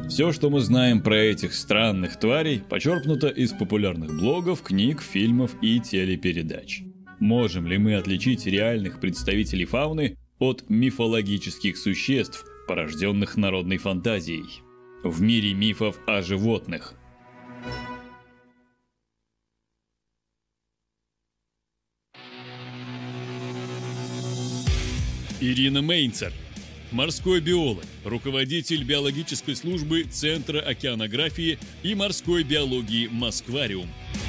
Все, что мы знаем про этих странных тварей, почерпнуто из популярных блогов, книг, фильмов и телепередач. Можем ли мы отличить реальных представителей фауны от мифологических существ, порожденных народной фантазией? В мире мифов о животных. Ирина Мейнцер, морской биолог, руководитель биологической службы Центра океанографии и морской биологии «Москвариум».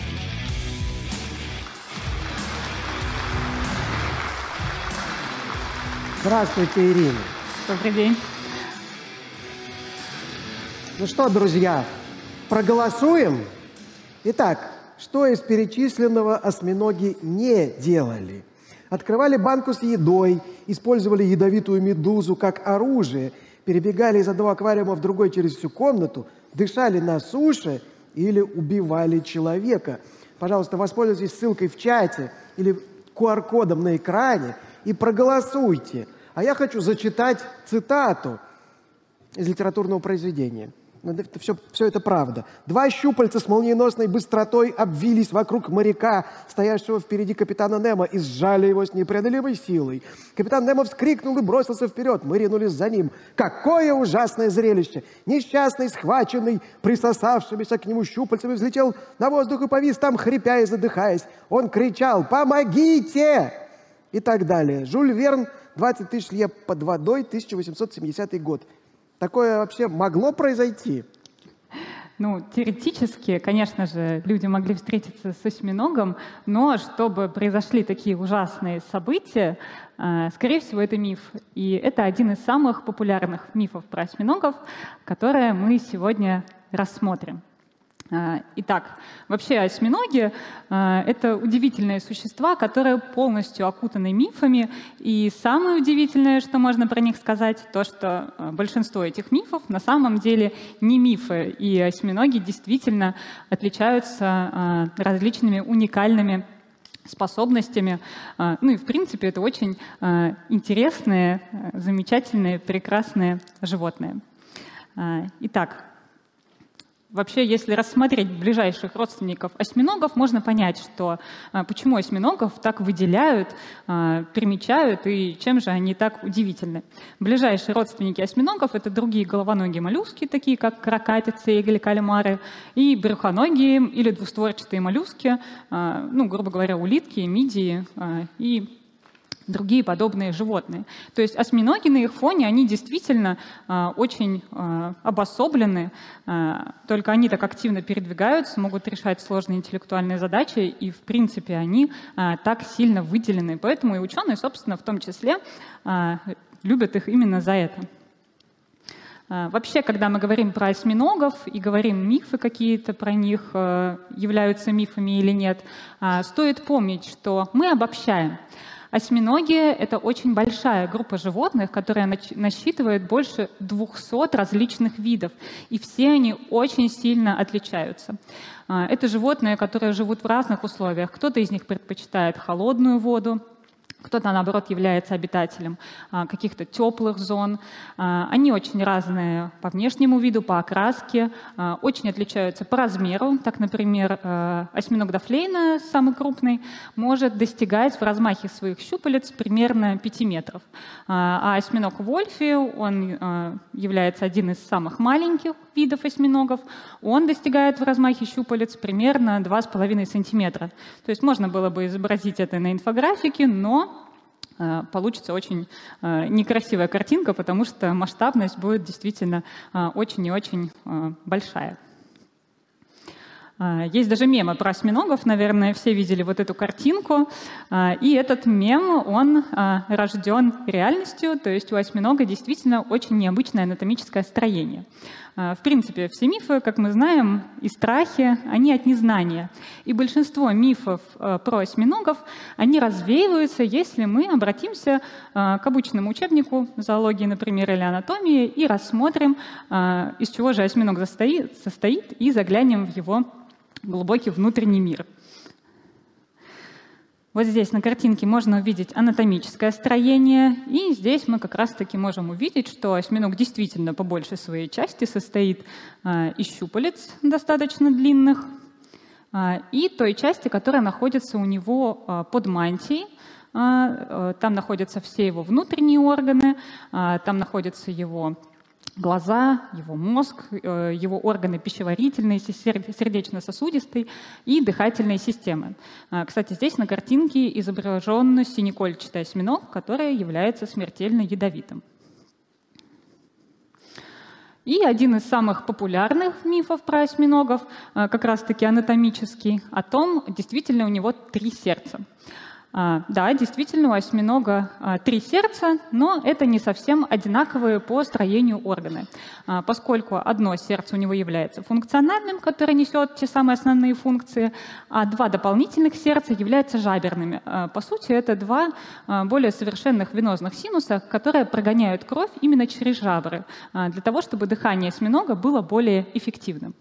Здравствуйте, Ирина. Добрый день. Ну что, друзья, проголосуем? Итак, что из перечисленного осьминоги не делали? Открывали банку с едой, использовали ядовитую медузу как оружие, перебегали из одного аквариума в другой через всю комнату, дышали на суше или убивали человека. Пожалуйста, воспользуйтесь ссылкой в чате или QR-кодом на экране и проголосуйте. А я хочу зачитать цитату из литературного произведения. Все это правда. Два щупальца с молниеносной быстротой обвились вокруг моряка, стоящего впереди капитана Немо, и сжали его с непреодолимой силой. Капитан Немо вскрикнул и бросился вперед. Мы ринулись за ним. Какое ужасное зрелище! Несчастный, схваченный, присосавшимися к нему щупальцами, взлетел на воздух и повис там, хрипя и задыхаясь. Он кричал: «Помогите!» и так далее. Жюль Верн, 20 тысяч лье под водой, 1870 год. Такое вообще могло произойти? Ну, теоретически, конечно же, люди могли встретиться с осьминогом, но чтобы произошли такие ужасные события, скорее всего, это миф. И это один из самых популярных мифов про осьминогов, которые мы сегодня рассмотрим. Итак, вообще осьминоги — это удивительные существа, которые полностью окутаны мифами. И самое удивительное, что можно про них сказать, то, что большинство этих мифов на самом деле не мифы. И осьминоги действительно отличаются различными уникальными способностями. Ну и, в принципе, это очень интересные, замечательные, прекрасные животные. Итак, вообще, если рассмотреть ближайших родственников осьминогов, можно понять, что почему осьминогов так выделяют, примечают и чем же они так удивительны. Ближайшие родственники осьминогов — это другие головоногие моллюски, такие как каракатицы или кальмары, и брюхоногие или двустворчатые моллюски, ну, грубо говоря, улитки, мидии и другие подобные животные. То есть осьминоги на их фоне, они действительно очень обособлены, только они так активно передвигаются, могут решать сложные интеллектуальные задачи, и, в принципе, они так сильно выделены. Поэтому и ученые, собственно, в том числе, любят их именно за это. Вообще, когда мы говорим про осьминогов и говорим мифы какие-то про них, являются мифами или нет, стоит помнить, что мы обобщаем. Осьминоги — это очень большая группа животных, которая насчитывает больше 200 различных видов, и все они очень сильно отличаются. Это животные, которые живут в разных условиях. Кто-то из них предпочитает холодную воду, кто-то, наоборот, является обитателем каких-то теплых зон. Они очень разные по внешнему виду, по окраске, очень отличаются по размеру. Так, например, осьминог Дафлейна, самый крупный, может достигать в размахе своих щупалец примерно 5 метров. А осьминог Вольфи, он является один из самых маленьких видов осьминогов, он достигает в размахе щупалец примерно 2,5 сантиметра. То есть можно было бы изобразить это на инфографике, но получится очень некрасивая картинка, потому что масштабность будет действительно очень и очень большая. Есть даже мемы про осьминогов, наверное, все видели вот эту картинку. И этот мем, он рожден реальностью, то есть у осьминога действительно очень необычное анатомическое строение. В принципе, все мифы, как мы знаем, и страхи, они от незнания. И большинство мифов про осьминогов, они развеиваются, если мы обратимся к обычному учебнику зоологии, например, или анатомии, и рассмотрим, из чего же осьминог состоит, и заглянем в его глубокий внутренний мир. Вот здесь на картинке можно увидеть анатомическое строение, и здесь мы как раз-таки можем увидеть, что осьминог действительно по большей своей части состоит из щупалец достаточно длинных и той части, которая находится у него под мантией. Там находятся все его внутренние органы, там находятся его глаза, его мозг, его органы пищеварительные, сердечно-сосудистые и дыхательные системы. Кстати, здесь на картинке изображен синекольчатый осьминог, который является смертельно ядовитым. И один из самых популярных мифов про осьминогов, как раз-таки анатомический, о том, действительно у него 3 сердца. Да, действительно, у осьминога 3 сердца, но это не совсем одинаковые по строению органы, поскольку одно сердце у него является функциональным, которое несет те самые основные функции, а 2 дополнительных сердца являются жаберными. По сути, это 2 более совершенных венозных синуса, которые прогоняют кровь именно через жабры, для того, чтобы дыхание осьминога было более эффективным.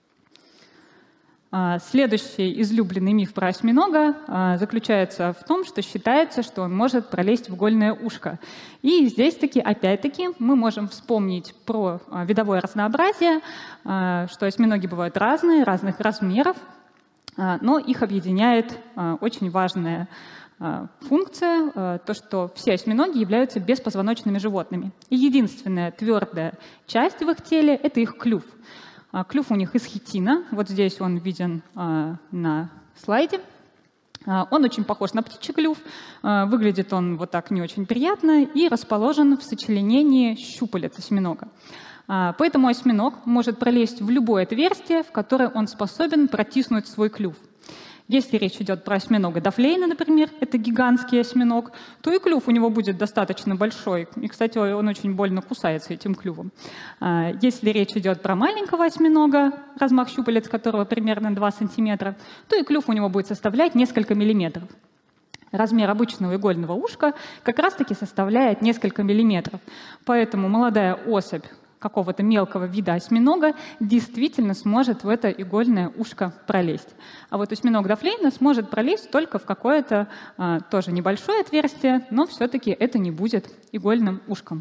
Следующий излюбленный миф про осьминога заключается в том, что считается, что он может пролезть в игольное ушко. И здесь опять-таки мы можем вспомнить про видовое разнообразие, что осьминоги бывают разные, разных размеров, но их объединяет очень важная функция, то, что все осьминоги являются беспозвоночными животными. И единственная твердая часть в их теле — это их клюв. Клюв у них из хитина, вот здесь он виден на слайде. Он очень похож на птичий клюв, выглядит он вот так не очень приятно и расположен в сочленении щупалец осьминога. Поэтому осьминог может пролезть в любое отверстие, в которое он способен протиснуть свой клюв. Если речь идет про осьминога Дафлейна, например, это гигантский осьминог, то и клюв у него будет достаточно большой. И, кстати, он очень больно кусается этим клювом. Если речь идет про маленького осьминога, размах щупалец которого примерно 2 сантиметра, то и клюв у него будет составлять несколько миллиметров. Размер обычного игольного ушка как раз-таки составляет несколько миллиметров. Поэтому молодая особь какого-то мелкого вида осьминога действительно сможет в это игольное ушко пролезть. А вот осьминог Дафлейна сможет пролезть только в какое-то тоже небольшое отверстие, но все-таки это не будет игольным ушком.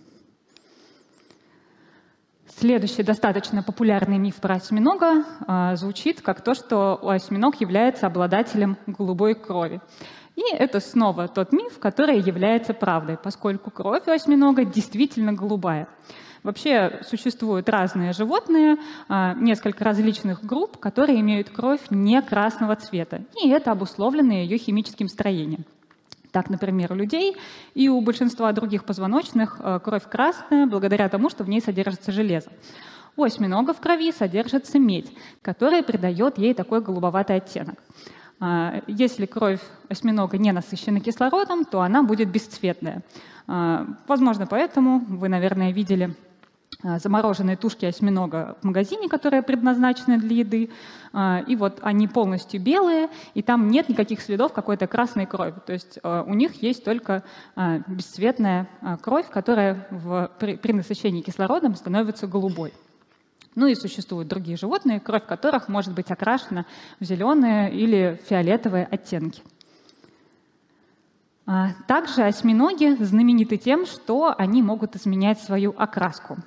Следующий достаточно популярный миф про осьминога звучит как то, что осьминог является обладателем голубой крови. И это снова тот миф, который является правдой, поскольку кровь у осьминога действительно голубая. Вообще существуют разные животные, несколько различных групп, которые имеют кровь не красного цвета, и это обусловлено ее химическим строением. Так, например, у людей и у большинства других позвоночных кровь красная благодаря тому, что в ней содержится железо. У осьминога в крови содержится медь, которая придает ей такой голубоватый оттенок. Если кровь осьминога не насыщена кислородом, то она будет бесцветная. Возможно, поэтому вы, наверное, видели замороженные тушки осьминога в магазине, которые предназначены для еды. И вот они полностью белые, и там нет никаких следов какой-то красной крови. То есть у них есть только бесцветная кровь, которая при насыщении кислородом становится голубой. Ну и существуют другие животные, кровь которых может быть окрашена в зеленые или фиолетовые оттенки. Также осьминоги знамениты тем, что они могут изменять свою окраску.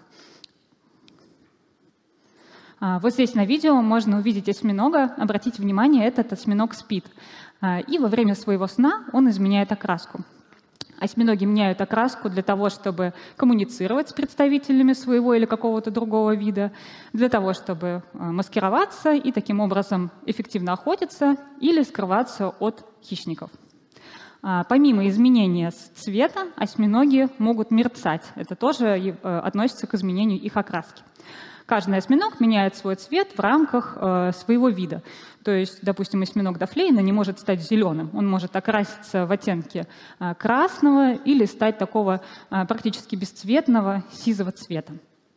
Вот здесь на видео можно увидеть осьминога. Обратите внимание, этот осьминог спит. И во время своего сна он изменяет окраску. Осьминоги меняют окраску для того, чтобы коммуницировать с представителями своего или какого-то другого вида, для того, чтобы маскироваться и таким образом эффективно охотиться или скрываться от хищников. Помимо изменения цвета, осьминоги могут мерцать. Это тоже относится к изменению их окраски. Каждый осьминог меняет свой цвет в рамках своего вида. То есть, допустим, осьминог Дафлейна не может стать зеленым. Он может окраситься в оттенке красного или стать такого практически бесцветного сизого цвета.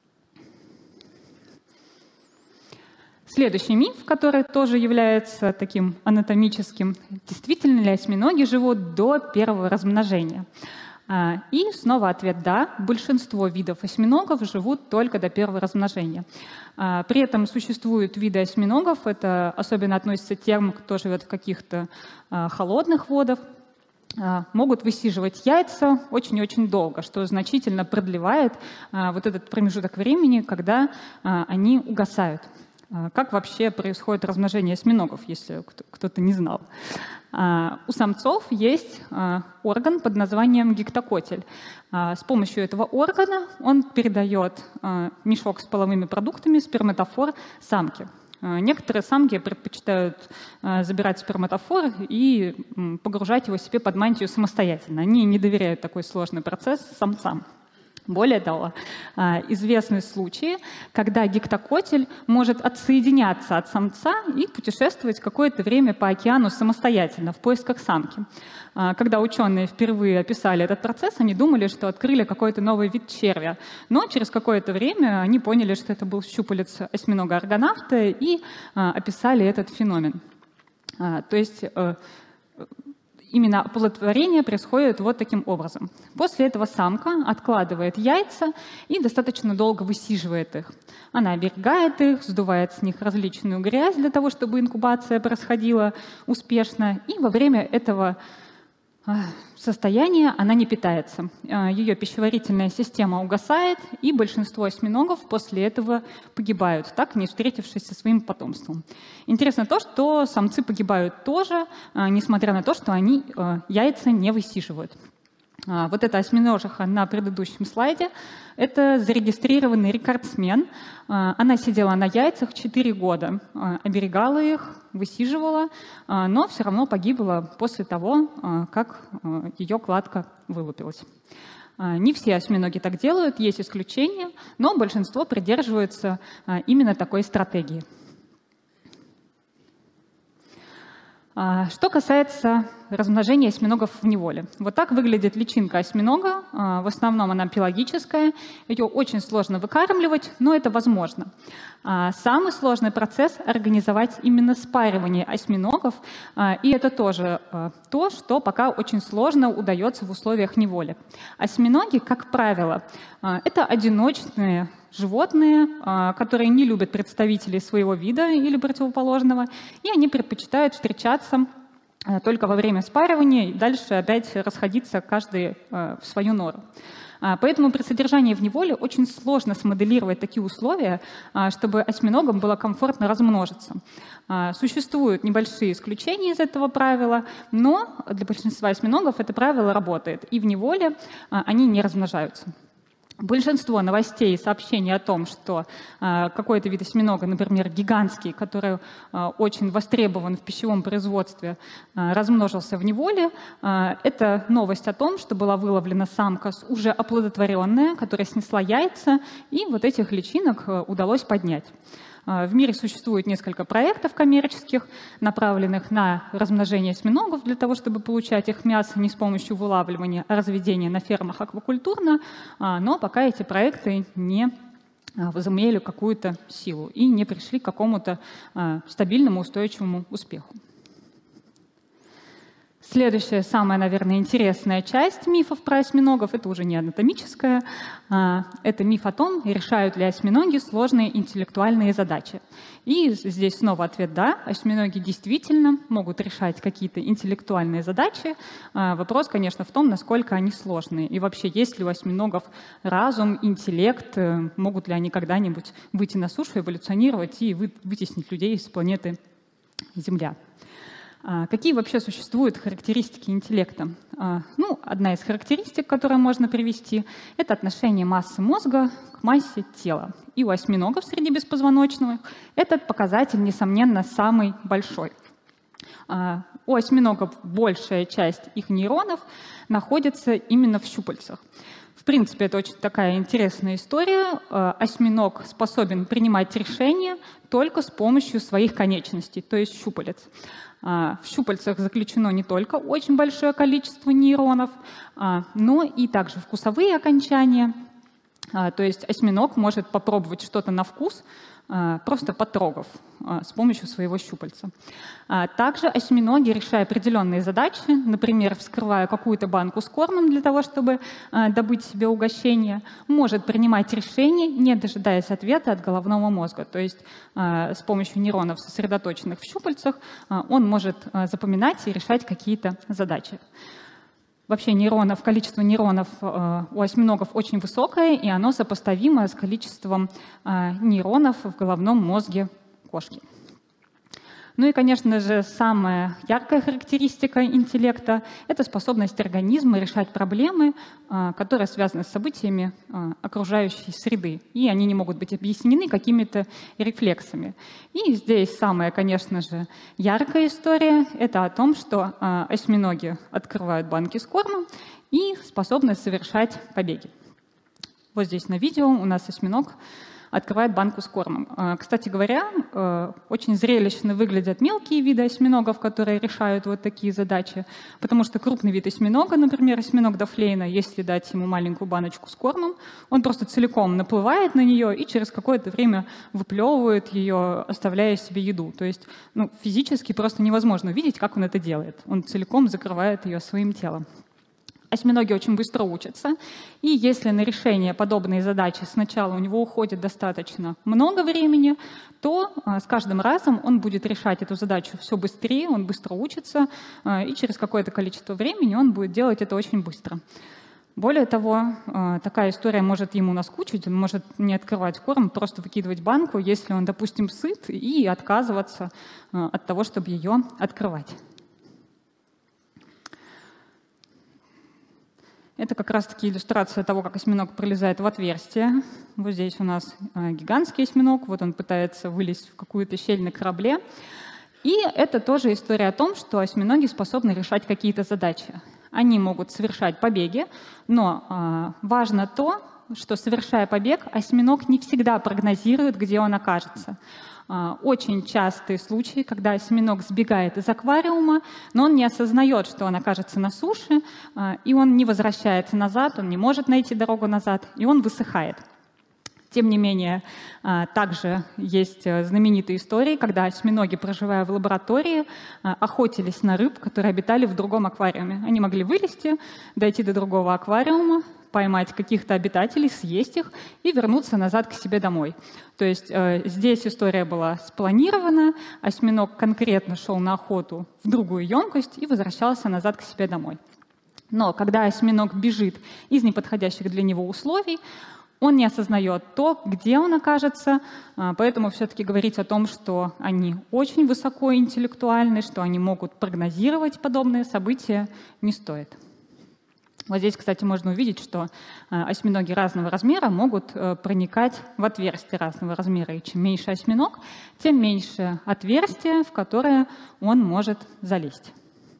Следующий миф, который тоже является таким анатомическим. Действительно ли осьминоги живут до первого размножения? И снова ответ «да». Большинство видов осьминогов живут только до первого размножения. При этом существуют виды осьминогов, это особенно относится к тем, кто живет в каких-то холодных водах, могут высиживать яйца очень-очень долго, что значительно продлевает вот этот промежуток времени, когда они угасают. Как вообще происходит размножение осьминогов, если кто-то не знал? У самцов есть орган под названием гектокотель. С помощью этого органа он передает мешок с половыми продуктами, сперматофор, самке. Некоторые самки предпочитают забирать сперматофор и погружать его себе под мантию самостоятельно. Они не доверяют такой сложный процесс самцам. Более того, известны случаи, когда гектокотель может отсоединяться от самца и путешествовать какое-то время по океану самостоятельно в поисках самки. Когда ученые впервые описали этот процесс, они думали, что открыли какой-то новый вид червя. Но через какое-то время они поняли, что это был щупалец осьминога-аргонавта, и описали этот феномен. То есть именно оплодотворение происходит вот таким образом. После этого самка откладывает яйца и достаточно долго высиживает их. Она оберегает их, сдувает с них различную грязь для того, чтобы инкубация происходила успешно. И во время этого состояния она не питается. Ее пищеварительная система угасает, и большинство осьминогов после этого погибают, так не встретившись со своим потомством. Интересно то, что самцы погибают тоже, несмотря на то, что они яйца не высиживают. Вот эта осьминожиха на предыдущем слайде — это зарегистрированный рекордсмен. Она сидела на яйцах 4 года, оберегала их, высиживала, но все равно погибла после того, как ее кладка вылупилась. Не все осьминоги так делают, есть исключения, но большинство придерживаются именно такой стратегии. Что касается размножения осьминогов в неволе. Вот так выглядит личинка осьминога. В основном она пелагическая. Ее очень сложно выкармливать, но это возможно. Самый сложный процесс — организовать именно спаривание осьминогов. И это тоже то, что пока очень сложно удается в условиях неволи. Осьминоги, как правило, это одиночные животные, которые не любят представителей своего вида или противоположного, и они предпочитают встречаться только во время спаривания и дальше опять расходиться каждый в свою нору. Поэтому при содержании в неволе очень сложно смоделировать такие условия, чтобы осьминогам было комфортно размножиться. Существуют небольшие исключения из этого правила, но для большинства осьминогов это правило работает, и в неволе они не размножаются. Большинство новостей и сообщений о том, что какой-то вид осьминога, например, гигантский, который очень востребован в пищевом производстве, размножился в неволе, это новость о том, что была выловлена самка уже оплодотворенная, которая снесла яйца, и вот этих личинок удалось поднять. В мире существует несколько проектов коммерческих, направленных на размножение осьминогов для того, чтобы получать их мясо не с помощью вылавливания, а разведения на фермах аквакультурно, но пока эти проекты не возымели какую-то силу и не пришли к какому-то стабильному, устойчивому успеху. Следующая, самая, наверное, интересная часть мифов про осьминогов — это уже не анатомическая. Это миф о том, решают ли осьминоги сложные интеллектуальные задачи. И здесь снова ответ «да». Осьминоги действительно могут решать какие-то интеллектуальные задачи. Вопрос, конечно, в том, насколько они сложные. И вообще, есть ли у осьминогов разум, интеллект, могут ли они когда-нибудь выйти на сушу, эволюционировать и вытеснить людей с планеты Земля. Какие вообще существуют характеристики интеллекта? Одна из характеристик, которую можно привести, это отношение массы мозга к массе тела. И у осьминогов среди беспозвоночных этот показатель, несомненно, самый большой. У осьминогов большая часть их нейронов находится именно в щупальцах. В принципе, это очень такая интересная история. Осьминог способен принимать решения только с помощью своих конечностей, то есть щупалец. В щупальцах заключено не только очень большое количество нейронов, но и также вкусовые окончания, То есть осьминог может попробовать что-то на вкус, просто потрогав с помощью своего щупальца. Также осьминоги, решая определенные задачи, например, вскрывая какую-то банку с кормом для того, чтобы добыть себе угощение, может принимать решения, не дожидаясь ответа от головного мозга. То есть с помощью нейронов, сосредоточенных в щупальцах, он может запоминать и решать какие-то задачи. Вообще количество нейронов у осьминогов очень высокое, и оно сопоставимо с количеством нейронов в головном мозге кошки. Ну и, конечно же, самая яркая характеристика интеллекта — это способность организма решать проблемы, которые связаны с событиями окружающей среды. И они не могут быть объяснены какими-то рефлексами. И здесь самая, конечно же, яркая история — это о том, что осьминоги открывают банки с кормом и способны совершать побеги. Вот здесь на видео у нас осьминог открывает банку с кормом. Кстати говоря, очень зрелищно выглядят мелкие виды осьминогов, которые решают вот такие задачи, потому что крупный вид осьминога, например, осьминог Дафлейна, если дать ему маленькую баночку с кормом, он просто целиком наплывает на нее и через какое-то время выплевывает ее, оставляя себе еду. То есть физически просто невозможно увидеть, как он это делает. Он целиком закрывает ее своим телом. Осьминоги очень быстро учатся, и если на решение подобной задачи сначала у него уходит достаточно много времени, то с каждым разом он будет решать эту задачу все быстрее, он быстро учится, и через какое-то количество времени он будет делать это очень быстро. Более того, такая история может ему наскучить, он может не открывать корм, просто выкидывать банку, если он, допустим, сыт, и отказываться от того, чтобы ее открывать. Это как раз-таки иллюстрация того, как осьминог пролезает в отверстие. Вот здесь у нас гигантский осьминог, вот он пытается вылезть в какую-то щель на корабле. И это тоже история о том, что осьминоги способны решать какие-то задачи. Они могут совершать побеги, но важно то, что, совершая побег, осьминог не всегда прогнозирует, где он окажется. Очень частые случаи, когда осьминог сбегает из аквариума, но он не осознает, что он окажется на суше, и он не возвращается назад, он не может найти дорогу назад, и он высыхает. Тем не менее, также есть знаменитые истории, когда осьминоги, проживая в лаборатории, охотились на рыб, которые обитали в другом аквариуме. Они могли вылезти, дойти до другого аквариума, поймать каких-то обитателей, съесть их и вернуться назад к себе домой. То есть здесь история была спланирована, осьминог конкретно шел на охоту в другую емкость и возвращался назад к себе домой. Но когда осьминог бежит из неподходящих для него условий, он не осознает то, где он окажется, поэтому все-таки говорить о том, что они очень высокоинтеллектуальны, что они могут прогнозировать подобные события, не стоит. Вот здесь, кстати, можно увидеть, что осьминоги разного размера могут проникать в отверстия разного размера. И чем меньше осьминог, тем меньше отверстие, в которое он может залезть.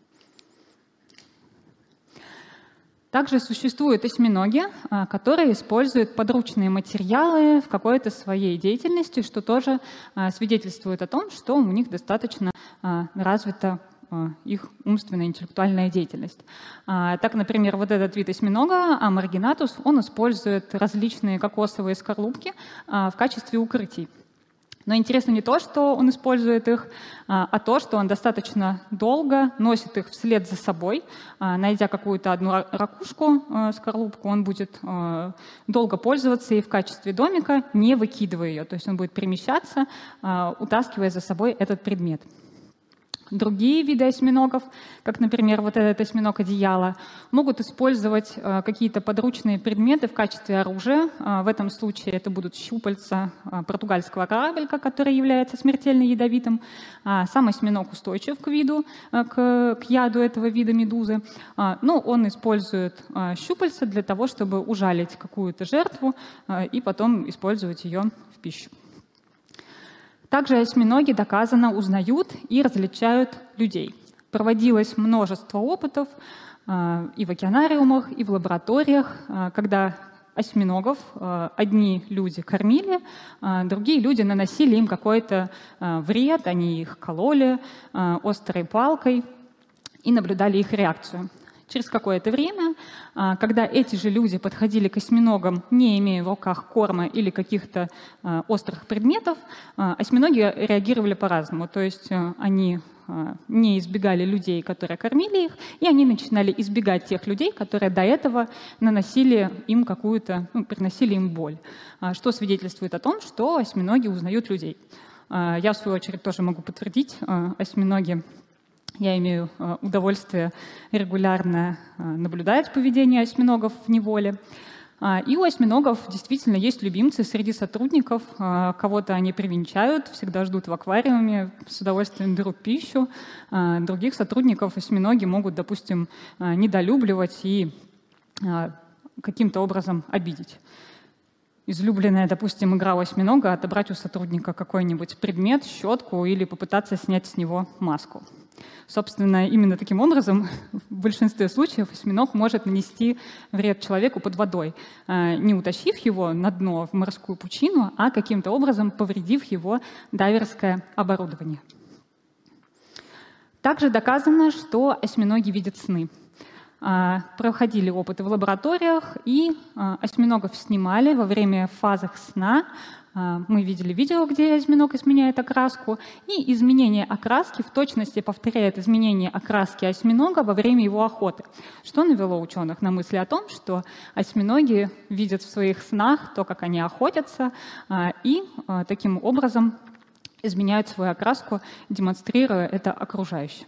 Также существуют осьминоги, которые используют подручные материалы в какой-то своей деятельности, что тоже свидетельствует о том, что у них достаточно развита их умственная интеллектуальная деятельность. Так, например, вот этот вид осьминога, Амаргинатус, он использует различные кокосовые скорлупки в качестве укрытий. Но интересно не то, что он использует их, а то, что он достаточно долго носит их вслед за собой. Найдя какую-то одну ракушку, скорлупку, он будет долго пользоваться и в качестве домика, не выкидывая ее. То есть он будет перемещаться, утаскивая за собой этот предмет. Другие виды осьминогов, как, например, вот этот осьминог-одеяло, могут использовать какие-то подручные предметы в качестве оружия. В этом случае это будут щупальца португальского крабелька, который является смертельно ядовитым. Сам осьминог устойчив к яду этого вида медузы, но он использует щупальца для того, чтобы ужалить какую-то жертву и потом использовать ее в пищу. Также осьминоги, доказано, узнают и различают людей. Проводилось множество опытов и в океанариумах, и в лабораториях, когда осьминогов одни люди кормили, другие люди наносили им какой-то вред, они их кололи острой палкой и наблюдали их реакцию. Через какое-то время, когда эти же люди подходили к осьминогам, не имея в руках корма или каких-то острых предметов, осьминоги реагировали по-разному. То есть они не избегали людей, которые кормили их, и они начинали избегать тех людей, которые до этого наносили им приносили им боль, что свидетельствует о том, что осьминоги узнают людей. Я, в свою очередь, тоже могу подтвердить, осьминоги, я имею удовольствие регулярно наблюдать поведение осьминогов в неволе. И у осьминогов действительно есть любимцы среди сотрудников. Кого-то они привенчают, всегда ждут в аквариуме, с удовольствием берут пищу. Других сотрудников осьминоги могут, допустим, недолюбливать и каким-то образом обидеть. Излюбленная, допустим, игра у осьминога — отобрать у сотрудника какой-нибудь предмет, щетку или попытаться снять с него маску. Собственно, именно таким образом в большинстве случаев осьминог может нанести вред человеку под водой, не утащив его на дно в морскую пучину, а каким-то образом повредив его дайверское оборудование. Также доказано, что осьминоги видят сны. Проходили опыты в лабораториях, и осьминогов снимали во время фазах сна. Мы видели видео, где осьминог изменяет окраску, и изменение окраски в точности повторяет изменение окраски осьминога во время его охоты, что навело ученых на мысли о том, что осьминоги видят в своих снах то, как они охотятся, и таким образом изменяют свою окраску, демонстрируя это окружающим.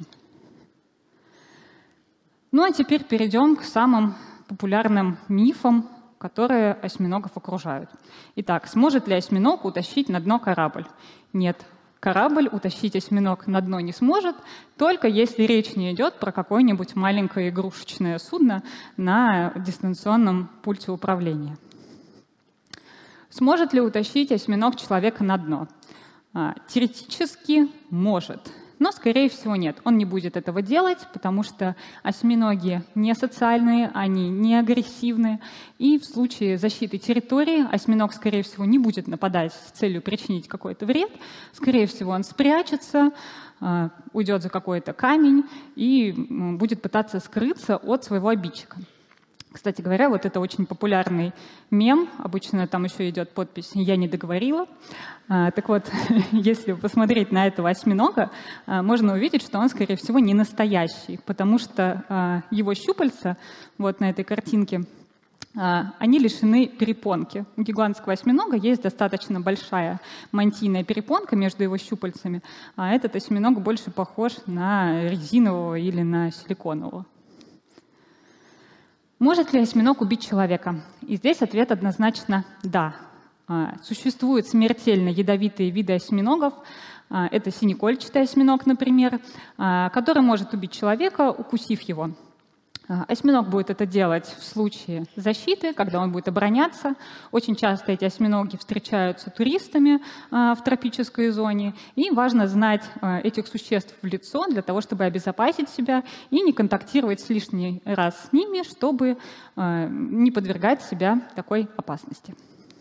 Ну а теперь перейдем к самым популярным мифам, которые осьминогов окружают. Итак, сможет ли осьминог утащить на дно корабль? Нет, корабль утащить осьминог на дно не сможет, только если речь не идет про какое-нибудь маленькое игрушечное судно на дистанционном пульте управления. Сможет ли утащить осьминог человека на дно? Теоретически может. Но, скорее всего, нет. Он не будет этого делать, потому что осьминоги не социальные, они не агрессивные. И в случае защиты территории осьминог, скорее всего, не будет нападать с целью причинить какой-то вред. Скорее всего, он спрячется, уйдет за какой-то камень и будет пытаться скрыться от своего обидчика. Кстати говоря, вот это очень популярный мем. Обычно там еще идет подпись «Я не договорила». Так вот, если посмотреть на этого осьминога, можно увидеть, что он, скорее всего, не настоящий, потому что его щупальца, вот на этой картинке, они лишены перепонки. У гигантского осьминога есть достаточно большая мантийная перепонка между его щупальцами, а этот осьминог больше похож на резинового или на силиконового. Может ли осьминог убить человека? И здесь ответ однозначно «да». Существуют смертельно ядовитые виды осьминогов. Это синекольчатый осьминог, например, который может убить человека, укусив его. Осьминог будет это делать в случае защиты, когда он будет обороняться. Очень часто эти осьминоги встречаются туристами в тропической зоне. И важно знать этих существ в лицо для того, чтобы обезопасить себя и не контактировать лишний раз с ними, чтобы не подвергать себя такой опасности.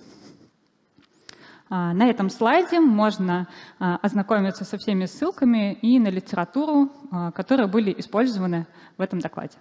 На этом слайде можно ознакомиться со всеми ссылками и на литературу, которые были использованы в этом докладе.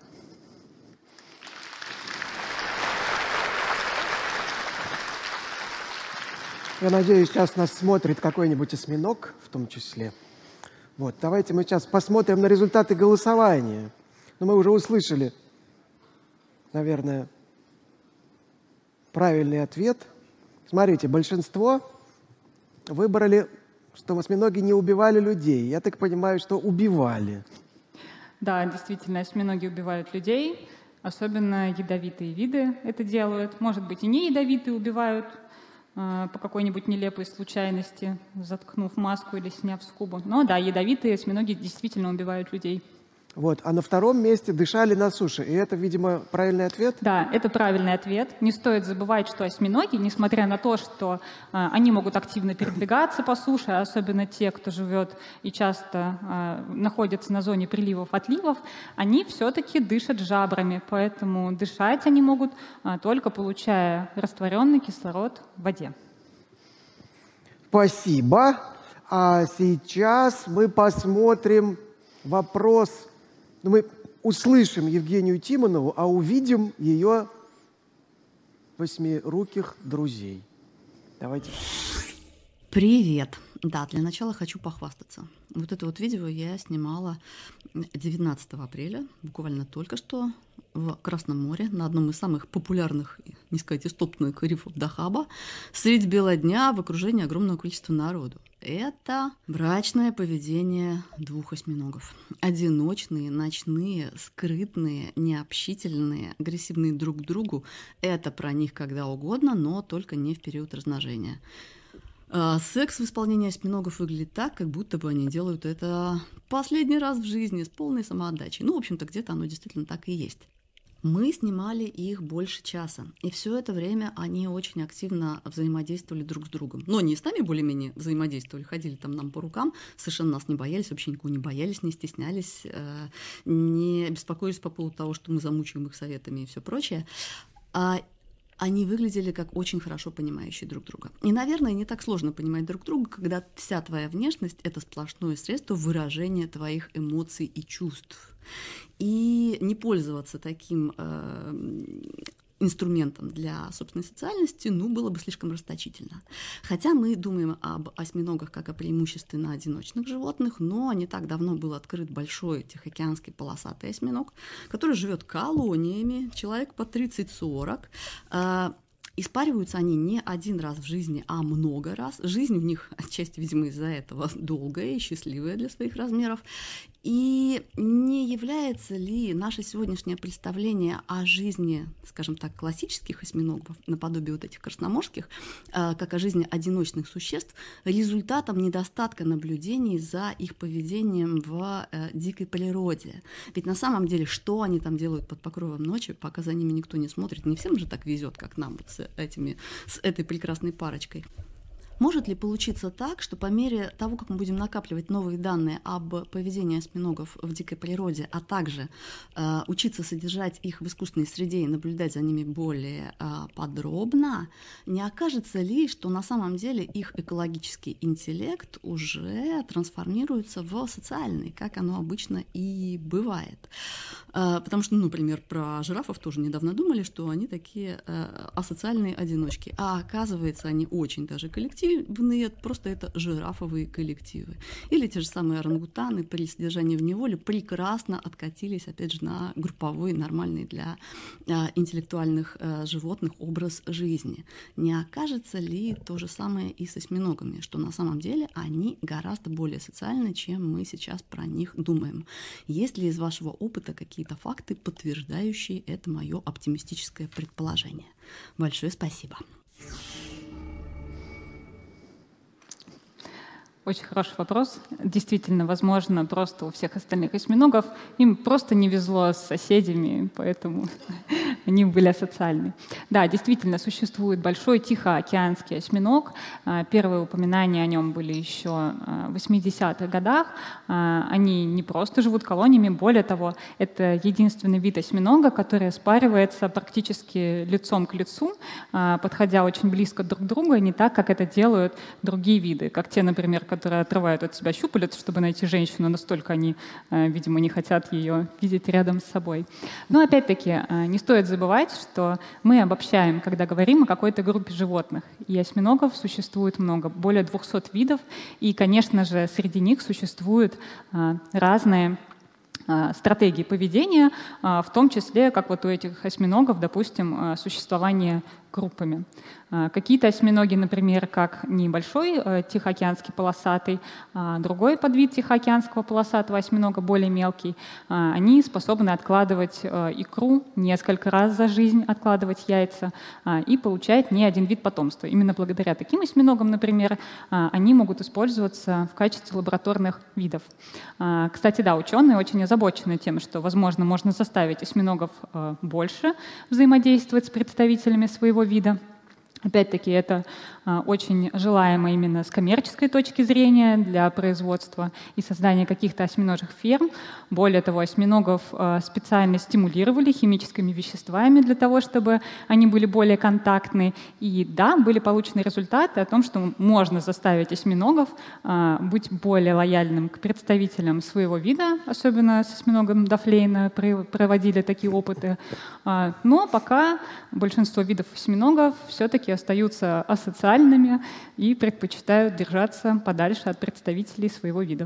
Я надеюсь, сейчас нас смотрит какой-нибудь осьминог в том числе. Вот, давайте мы сейчас посмотрим на результаты голосования. Но мы уже услышали, наверное, правильный ответ. Смотрите, большинство выбрали, что осьминоги не убивали людей. Я так понимаю, что убивали. Да, действительно, осьминоги убивают людей. Особенно ядовитые виды это делают. Может быть, и не ядовитые убивают по какой-нибудь нелепой случайности, заткнув маску или сняв скубу. Но да, ядовитые осьминоги действительно убивают людей. Вот. А на втором месте дышали на суше. И это, видимо, правильный ответ? Да, это правильный ответ. Не стоит забывать, что осьминоги, несмотря на то, что они могут активно передвигаться по суше, особенно те, кто живет и часто находится на зоне приливов-отливов, они все-таки дышат жабрами. Поэтому дышать они могут только получая растворенный кислород в воде. Спасибо. А сейчас мы посмотрим вопрос. Мы услышим Евгению Тимонову, а увидим ее восьмируких друзей. Давайте. Привет! Да, для начала хочу похвастаться. Вот это вот видео я снимала 19 апреля, буквально только что, в Красном море, на одном из самых популярных, не сказать, истопных рифов Дахаба, средь бела дня в окружении огромного количества народу. Это мрачное поведение двух осьминогов. Одиночные, ночные, скрытные, необщительные, агрессивные друг к другу. Это про них когда угодно, но только не в период размножения. Секс в исполнении осьминогов выглядит так, как будто бы они делают это последний раз в жизни с полной самоотдачей. Ну, в общем-то, где-то оно действительно так и есть. Мы снимали их больше часа, и все это время они очень активно взаимодействовали друг с другом. Но не с нами более-менее взаимодействовали, ходили там нам по рукам, совершенно нас не боялись, вообще никого не боялись, не стеснялись, не беспокоились по поводу того, что мы замучаем их советами и все прочее. Они выглядели как очень хорошо понимающие друг друга. И, наверное, не так сложно понимать друг друга, когда вся твоя внешность — это сплошное средство выражения твоих эмоций и чувств. И не пользоваться таким инструментом для собственной социальности, было бы слишком расточительно. Хотя мы думаем об осьминогах как о преимущественно одиночных животных, но не так давно был открыт большой тихоокеанский полосатый осьминог, который живет колониями, человек по 30-40. Испариваются они не один раз в жизни, а много раз. Жизнь в них, отчасти, видимо, из-за этого долгая и счастливая для своих размеров. И не является ли наше сегодняшнее представление о жизни, скажем так, классических осьминогов, наподобие вот этих красноморских, как о жизни одиночных существ, результатом недостатка наблюдений за их поведением в дикой природе? Ведь на самом деле, что они там делают под покровом ночи, пока за ними никто не смотрит, не всем же так везет, как нам вот с этой прекрасной парочкой. Может ли получиться так, что по мере того, как мы будем накапливать новые данные об поведении осьминогов в дикой природе, а также учиться содержать их в искусственной среде и наблюдать за ними более подробно, не окажется ли, что на самом деле их экологический интеллект уже трансформируется в социальный, как оно обычно и бывает? Потому что, например, про жирафов тоже недавно думали, что они такие асоциальные одиночки, а оказывается, они очень даже коллективные, просто это жирафовые коллективы. Или те же самые орангутаны при содержании в неволе прекрасно откатились, опять же, на групповой, нормальный для интеллектуальных животных образ жизни. Не окажется ли то же самое и с осьминогами, что на самом деле они гораздо более социальны, чем мы сейчас про них думаем? Есть ли из вашего опыта какие-то факты, подтверждающие это мое оптимистическое предположение? Большое спасибо. Очень хороший вопрос. Действительно, возможно, просто у всех остальных осьминогов им просто не везло с соседями, поэтому они были асоциальны. Да, действительно, существует большой тихоокеанский осьминог. Первые упоминания о нем были еще в 80-х годах. Они не просто живут колониями, более того, это единственный вид осьминога, который спаривается практически лицом к лицу, подходя очень близко друг к другу, не так, как это делают другие виды, как те, например, которые отрывают от себя щупалец, чтобы найти женщину, настолько они, видимо, не хотят ее видеть рядом с собой. Но опять-таки не стоит забывать, что мы обобщаем, когда говорим о какой-то группе животных. И осьминогов существует много, более 200 видов, и, конечно же, среди них существуют разные стратегии поведения, в том числе, как вот у этих осьминогов, допустим, существование группами. Какие-то осьминоги, например, как небольшой тихоокеанский полосатый, другой подвид тихоокеанского полосатого осьминога, более мелкий, они способны откладывать икру несколько раз за жизнь, откладывать яйца и получать не один вид потомства. Именно благодаря таким осьминогам, например, они могут использоваться в качестве лабораторных видов. Кстати, да, ученые очень озабочены тем, что, возможно, можно заставить осьминогов больше взаимодействовать с представителями своего вида. Опять-таки, это очень желаемо именно с коммерческой точки зрения для производства и создания каких-то осьминожьих ферм. Более того, осьминогов специально стимулировали химическими веществами для того, чтобы они были более контактны. И да, были получены результаты о том, что можно заставить осьминогов быть более лояльным к представителям своего вида, особенно с осьминогом Дафлейна проводили такие опыты. Но пока большинство видов осьминогов все-таки остаются асоциальными и предпочитают держаться подальше от представителей своего вида.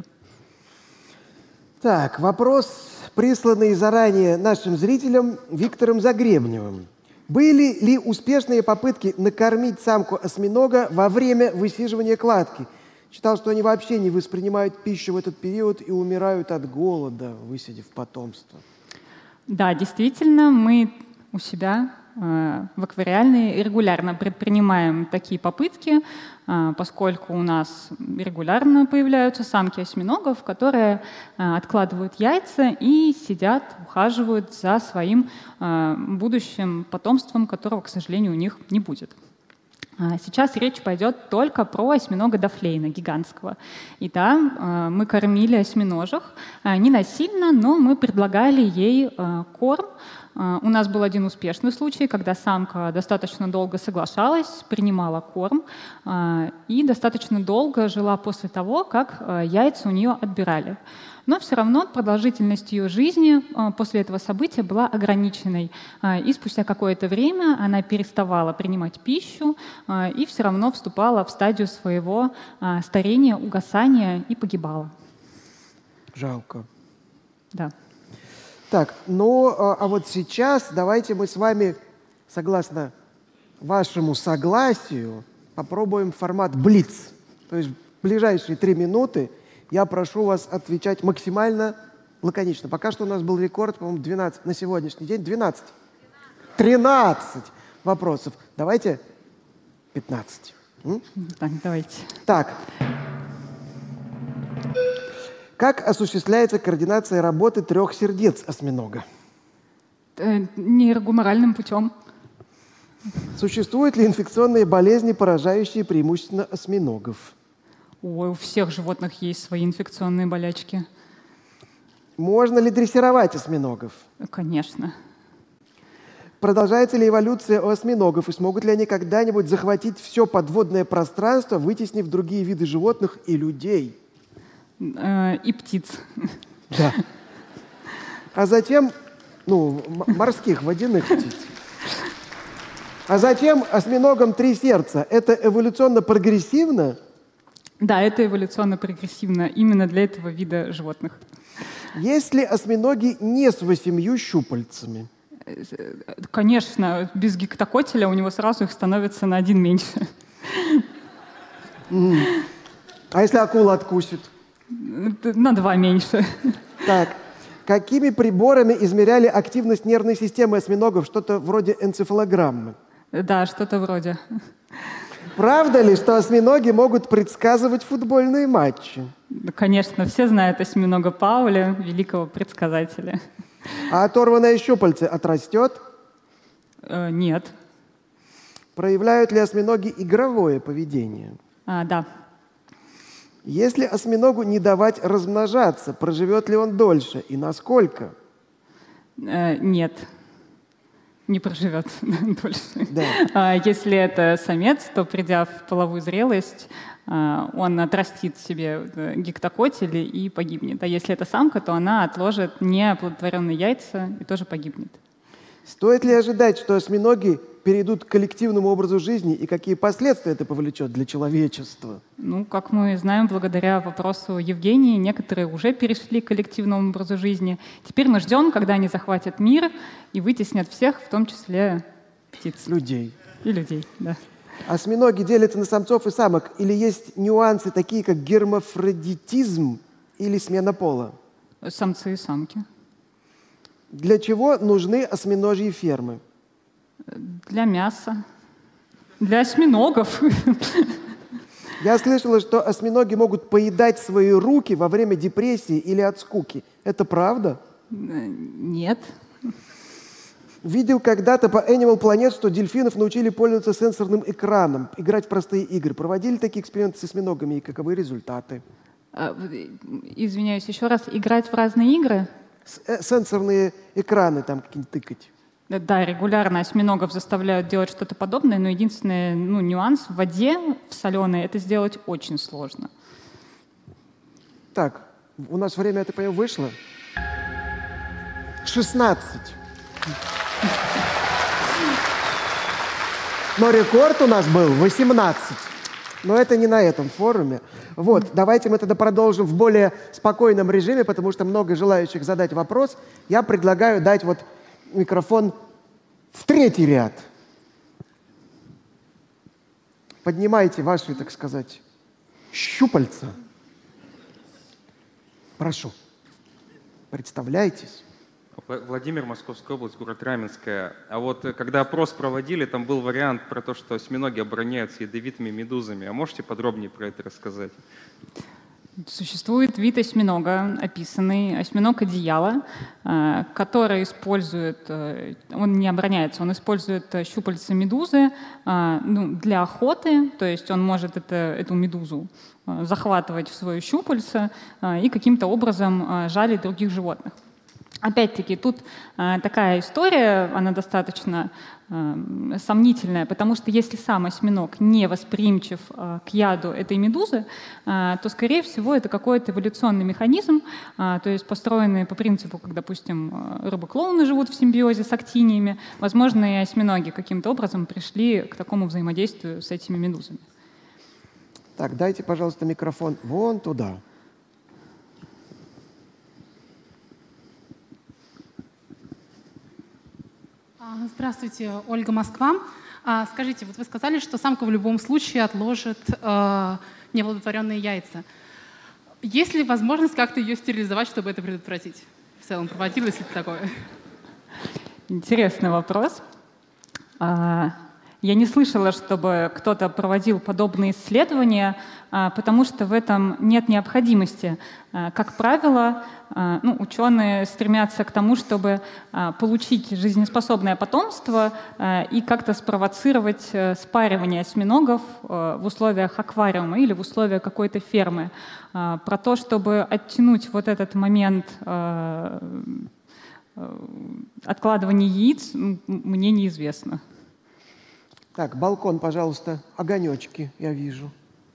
Так, вопрос, присланный заранее нашим зрителям Виктором Загребневым. Были ли успешные попытки накормить самку осьминога во время высиживания кладки? Читал, что они вообще не воспринимают пищу в этот период и умирают от голода, высидев потомство. Да, действительно, мы у себя в аквариальной регулярно предпринимаем такие попытки, поскольку у нас регулярно появляются самки осьминогов, которые откладывают яйца и сидят, ухаживают за своим будущим потомством, которого, к сожалению, у них не будет. Сейчас речь пойдет только про осьминога Дафлейна, гигантского. И да, мы кормили осьминожек не насильно, но мы предлагали ей корм. У нас был один успешный случай, когда самка достаточно долго соглашалась, принимала корм и достаточно долго жила после того, как яйца у нее отбирали. Но все равно продолжительность ее жизни после этого события была ограниченной. И спустя какое-то время она переставала принимать пищу и все равно вступала в стадию своего старения, угасания и погибала. Жалко. Да. Так, ну, а вот сейчас давайте мы с вами, согласно вашему согласию, попробуем формат «Блиц». То есть в ближайшие 3 минуты я прошу вас отвечать максимально лаконично. Пока что у нас был рекорд, по-моему, 12, на сегодняшний день 12. 13 вопросов. Давайте 15. Так, давайте. Так. Как осуществляется координация работы 3 сердец осьминога? Нейрогуморальным путем. Существуют ли инфекционные болезни, поражающие преимущественно осьминогов? Ой, у всех животных есть свои инфекционные болячки. Можно ли дрессировать осьминогов? Конечно. Продолжается ли эволюция у осьминогов, и смогут ли они когда-нибудь захватить все подводное пространство, вытеснив другие виды животных и людей? И птиц. Да. А затем, морских, водяных птиц. А затем осьминогам 3 сердца. Это эволюционно прогрессивно? Да, это эволюционно прогрессивно именно для этого вида животных. Есть ли осьминоги не с 8 щупальцами? Конечно, без гектокотеля у него сразу их становится на 1 меньше. А если акула откусит? На 2 меньше. Так, какими приборами измеряли активность нервной системы осьминогов? Что-то вроде энцефалограммы? Да, что-то вроде. Правда ли, что осьминоги могут предсказывать футбольные матчи? Да, конечно, все знают осьминога Пауля, великого предсказателя. А оторванное щупальце отрастет? Нет. Проявляют ли осьминоги игровое поведение? Да. Если осьминогу не давать размножаться, проживет ли он дольше и насколько? Нет, не проживет дольше. Да. Если это самец, то, придя в половую зрелость, он отрастит себе гектокотель и погибнет. А если это самка, то она отложит неоплодотворенные яйца и тоже погибнет. Стоит ли ожидать, что осьминоги перейдут к коллективному образу жизни, и какие последствия это повлечет для человечества? Как мы знаем, благодаря вопросу Евгении, некоторые уже перешли к коллективному образу жизни. Теперь мы ждем, когда они захватят мир и вытеснят всех, в том числе птиц. Людей. И людей, да. Осьминоги делятся на самцов и самок, или есть нюансы, такие как гермафродитизм или смена пола? Самцы и самки. Для чего нужны осьминожьи фермы? Для мяса. Для осьминогов. Я слышала, что осьминоги могут поедать свои руки во время депрессии или от скуки. Это правда? Нет. Видел когда-то по Animal Planet, что дельфинов научили пользоваться сенсорным экраном, играть в простые игры. Проводили такие эксперименты с осьминогами, и каковы результаты? Извиняюсь, еще раз. Играть в разные игры? Сенсорные экраны там какие-нибудь тыкать. Да, регулярно осьминогов заставляют делать что-то подобное, но единственный нюанс — в воде, в соленой, это сделать очень сложно. Так, у нас время, я так понимаю, вышло. 16. Но рекорд у нас был 18. Но это не на этом форуме. Вот, давайте мы тогда продолжим в более спокойном режиме, потому что много желающих задать вопрос. Я предлагаю дать вот микрофон в третий ряд. Поднимайте ваши, так сказать, щупальца. Прошу. Представляйтесь. Владимир, Московская область, город Раменское. А вот когда опрос проводили, там был вариант про то, что осьминоги обороняются ядовитыми медузами. А можете подробнее про это рассказать? Существует вид осьминога, описанный, осьминог одеяла, который использует, он не обороняется, он использует щупальца медузы для охоты, то есть он может эту медузу захватывать в свое щупальце и каким-то образом жалить других животных. Опять-таки, тут такая история, она достаточно сомнительная, потому что если сам осьминог не восприимчив к яду этой медузы, то, скорее всего, это какой-то эволюционный механизм, то есть построенный по принципу, как, допустим, рыбы-клоуны живут в симбиозе с актиниями, возможно, и осьминоги каким-то образом пришли к такому взаимодействию с этими медузами. Так, дайте, пожалуйста, микрофон вон туда. Здравствуйте, Ольга, Москва. Скажите, вот вы сказали, что самка в любом случае отложит неоплодотворенные яйца. Есть ли возможность как-то ее стерилизовать, чтобы это предотвратить? В целом, проводилось ли такое? Интересный вопрос. Я не слышала, чтобы кто-то проводил подобные исследования, потому что в этом нет необходимости. Как правило, ученые стремятся к тому, чтобы получить жизнеспособное потомство и как-то спровоцировать спаривание осьминогов в условиях аквариума или в условиях какой-то фермы. Про то, чтобы оттянуть вот этот момент откладывания яиц, мне неизвестно. Так, балкон, пожалуйста. Огонечки, я вижу.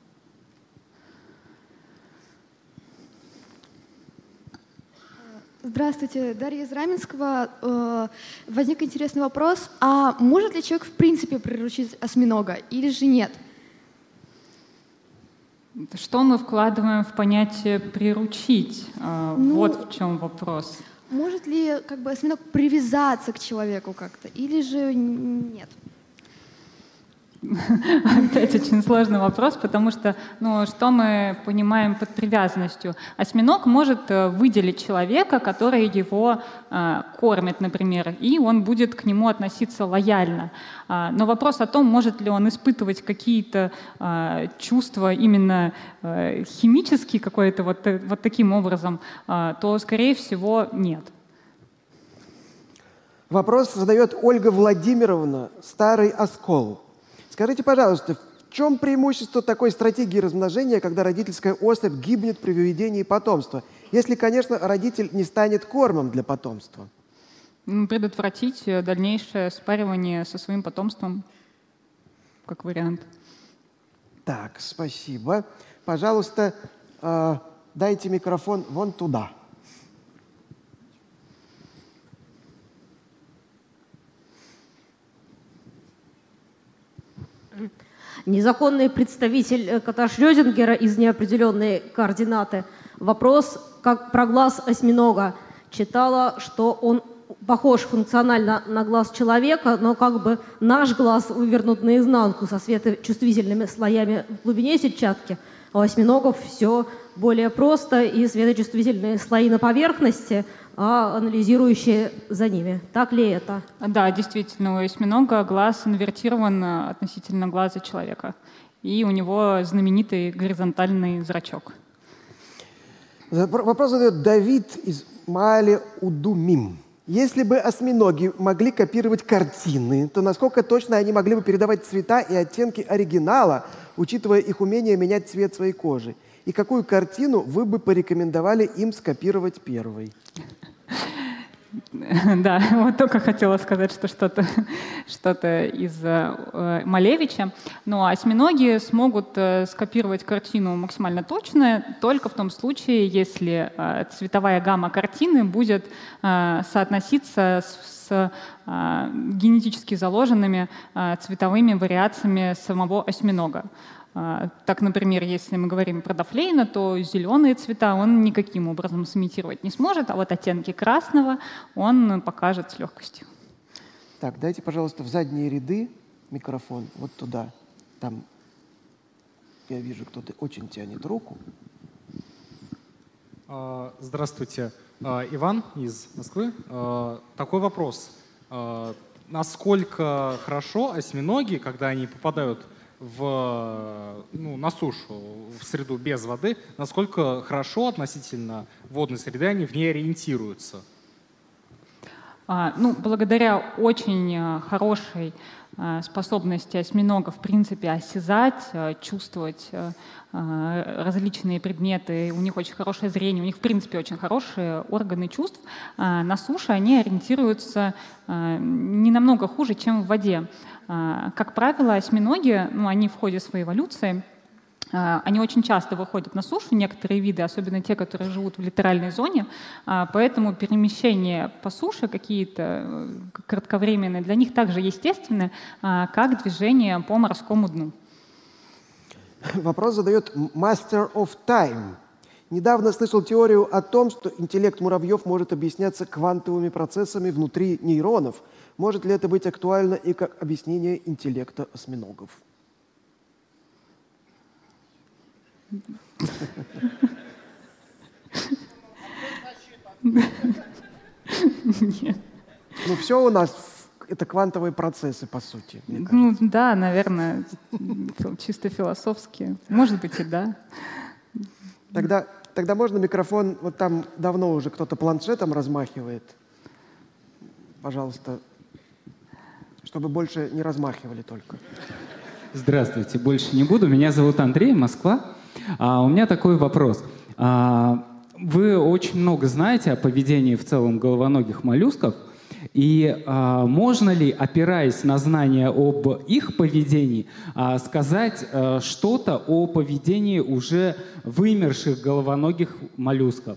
Здравствуйте, Дарья из Раменского. Возник интересный вопрос. А может ли человек в принципе приручить осьминога или же нет? Что мы вкладываем в понятие «приручить»? Вот в чем вопрос. Может ли осьминог привязаться к человеку как-то или же нет? Опять очень сложный вопрос, потому что, что мы понимаем под привязанностью? Осьминог может выделить человека, который его кормит, например, и он будет к нему относиться лояльно. Но вопрос о том, может ли он испытывать какие-то чувства именно химические, какое-то вот таким образом, то, скорее всего, нет. Вопрос задает Ольга Владимировна, Старый Оскол. Скажите, пожалуйста, в чем преимущество такой стратегии размножения, когда родительская особь гибнет при выведении потомства, если, конечно, родитель не станет кормом для потомства? Предотвратить дальнейшее спаривание со своим потомством, как вариант. Так, спасибо. Пожалуйста, дайте микрофон вон туда. Незаконный представитель кота Шрёдингера из неопределенной координаты. Вопрос как про глаз осьминога. Читала, что он похож функционально на глаз человека, но наш глаз вывернут наизнанку со светочувствительными слоями в глубине сетчатки, а у осьминогов все более просто и светочувствительные слои на поверхности, а анализирующие за ними. Так ли это? Да, действительно, у осьминога глаз инвертирован относительно глаза человека. И у него знаменитый горизонтальный зрачок. Вопрос задает Давид из Маали-Удумим. Если бы осьминоги могли копировать картины, то насколько точно они могли бы передавать цвета и оттенки оригинала, учитывая их умение менять цвет своей кожи? И какую картину вы бы порекомендовали им скопировать первой? Да, вот только хотела сказать, что что-то из Малевича. Но осьминоги смогут скопировать картину максимально точно только в том случае, если цветовая гамма картины будет соотноситься с генетически заложенными цветовыми вариациями самого осьминога. Так, например, если мы говорим про Дафлейна, то зеленые цвета он никаким образом сымитировать не сможет, а вот оттенки красного он покажет с легкостью. Так, дайте, пожалуйста, в задние ряды микрофон, вот туда. Там я вижу, кто-то очень тянет руку. Здравствуйте, Иван из Москвы. Такой вопрос. Насколько хорошо осьминоги, когда они попадают на сушу, в среду без воды, насколько хорошо относительно водной среды они в ней ориентируются? Благодаря очень хорошей способности осьминога, в принципе, осязать, чувствовать различные предметы, у них очень хорошее зрение, у них, в принципе, очень хорошие органы чувств, на суше они ориентируются не намного хуже, чем в воде. Как правило, осьминоги, они в ходе своей эволюции, они очень часто выходят на сушу, некоторые виды, особенно те, которые живут в литеральной зоне, поэтому перемещения по суше какие-то кратковременные для них также естественны, как движение по морскому дну. Вопрос задает Master of Time. Недавно слышал теорию о том, что интеллект муравьев может объясняться квантовыми процессами внутри нейронов. Может ли это быть актуально и как объяснение интеллекта осьминогов? Нет. Все у нас это квантовые процессы, по сути. Да, наверное, чисто философски. Может быть, и да. Тогда можно микрофон, вот там давно уже кто-то планшетом размахивает. Пожалуйста, чтобы больше не размахивали только. Здравствуйте, больше не буду. Меня зовут Андрей, Москва. У меня такой вопрос. Вы очень много знаете о поведении в целом головоногих моллюсков. И можно ли, опираясь на знания об их поведении, сказать что-то о поведении уже вымерших головоногих моллюсков?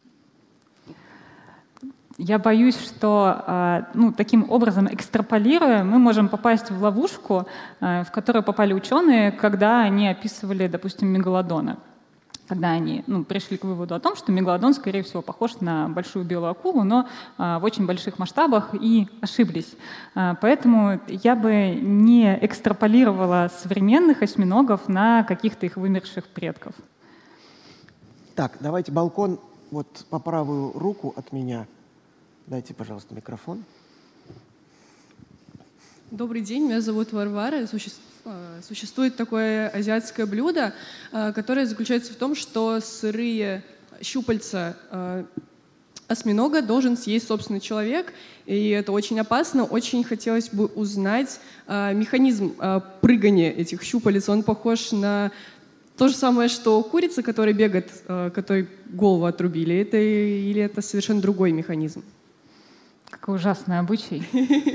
Я боюсь, что таким образом, экстраполируя, мы можем попасть в ловушку, в которую попали ученые, когда они описывали, допустим, мегалодона. Когда они пришли к выводу о том, что мегалодон, скорее всего, похож на большую белую акулу, но в очень больших масштабах, и ошиблись. Поэтому я бы не экстраполировала современных осьминогов на каких-то их вымерших предков. Так, давайте балкон вот по правую руку от меня. Дайте, пожалуйста, микрофон. Добрый день, меня зовут Варвара. Существует такое азиатское блюдо, которое заключается в том, что сырые щупальца осьминога должен съесть собственный человек, и это очень опасно. Очень хотелось бы узнать механизм прыгания этих щупалец. Он похож на то же самое, что курица, которая бегает, которой голову отрубили, или это совершенно другой механизм? Какой ужасный обычай.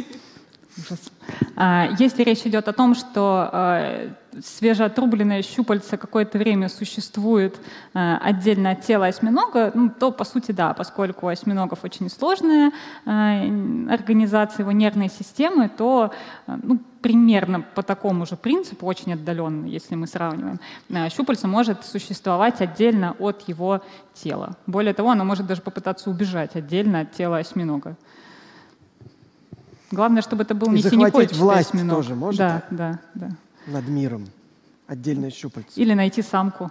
Если речь идет о том, что свежеотрубленное щупальце какое-то время существует отдельно от тела осьминога, то по сути да, поскольку у осьминогов очень сложная организация его нервной системы, то примерно по такому же принципу, очень отдаленно, если мы сравниваем, щупальце может существовать отдельно от его тела. Более того, оно может даже попытаться убежать отдельно от тела осьминога. Главное, чтобы это был не синекольчатый власть осьминог. Тоже может, да. Над миром. Отдельное щупальце. Или найти самку.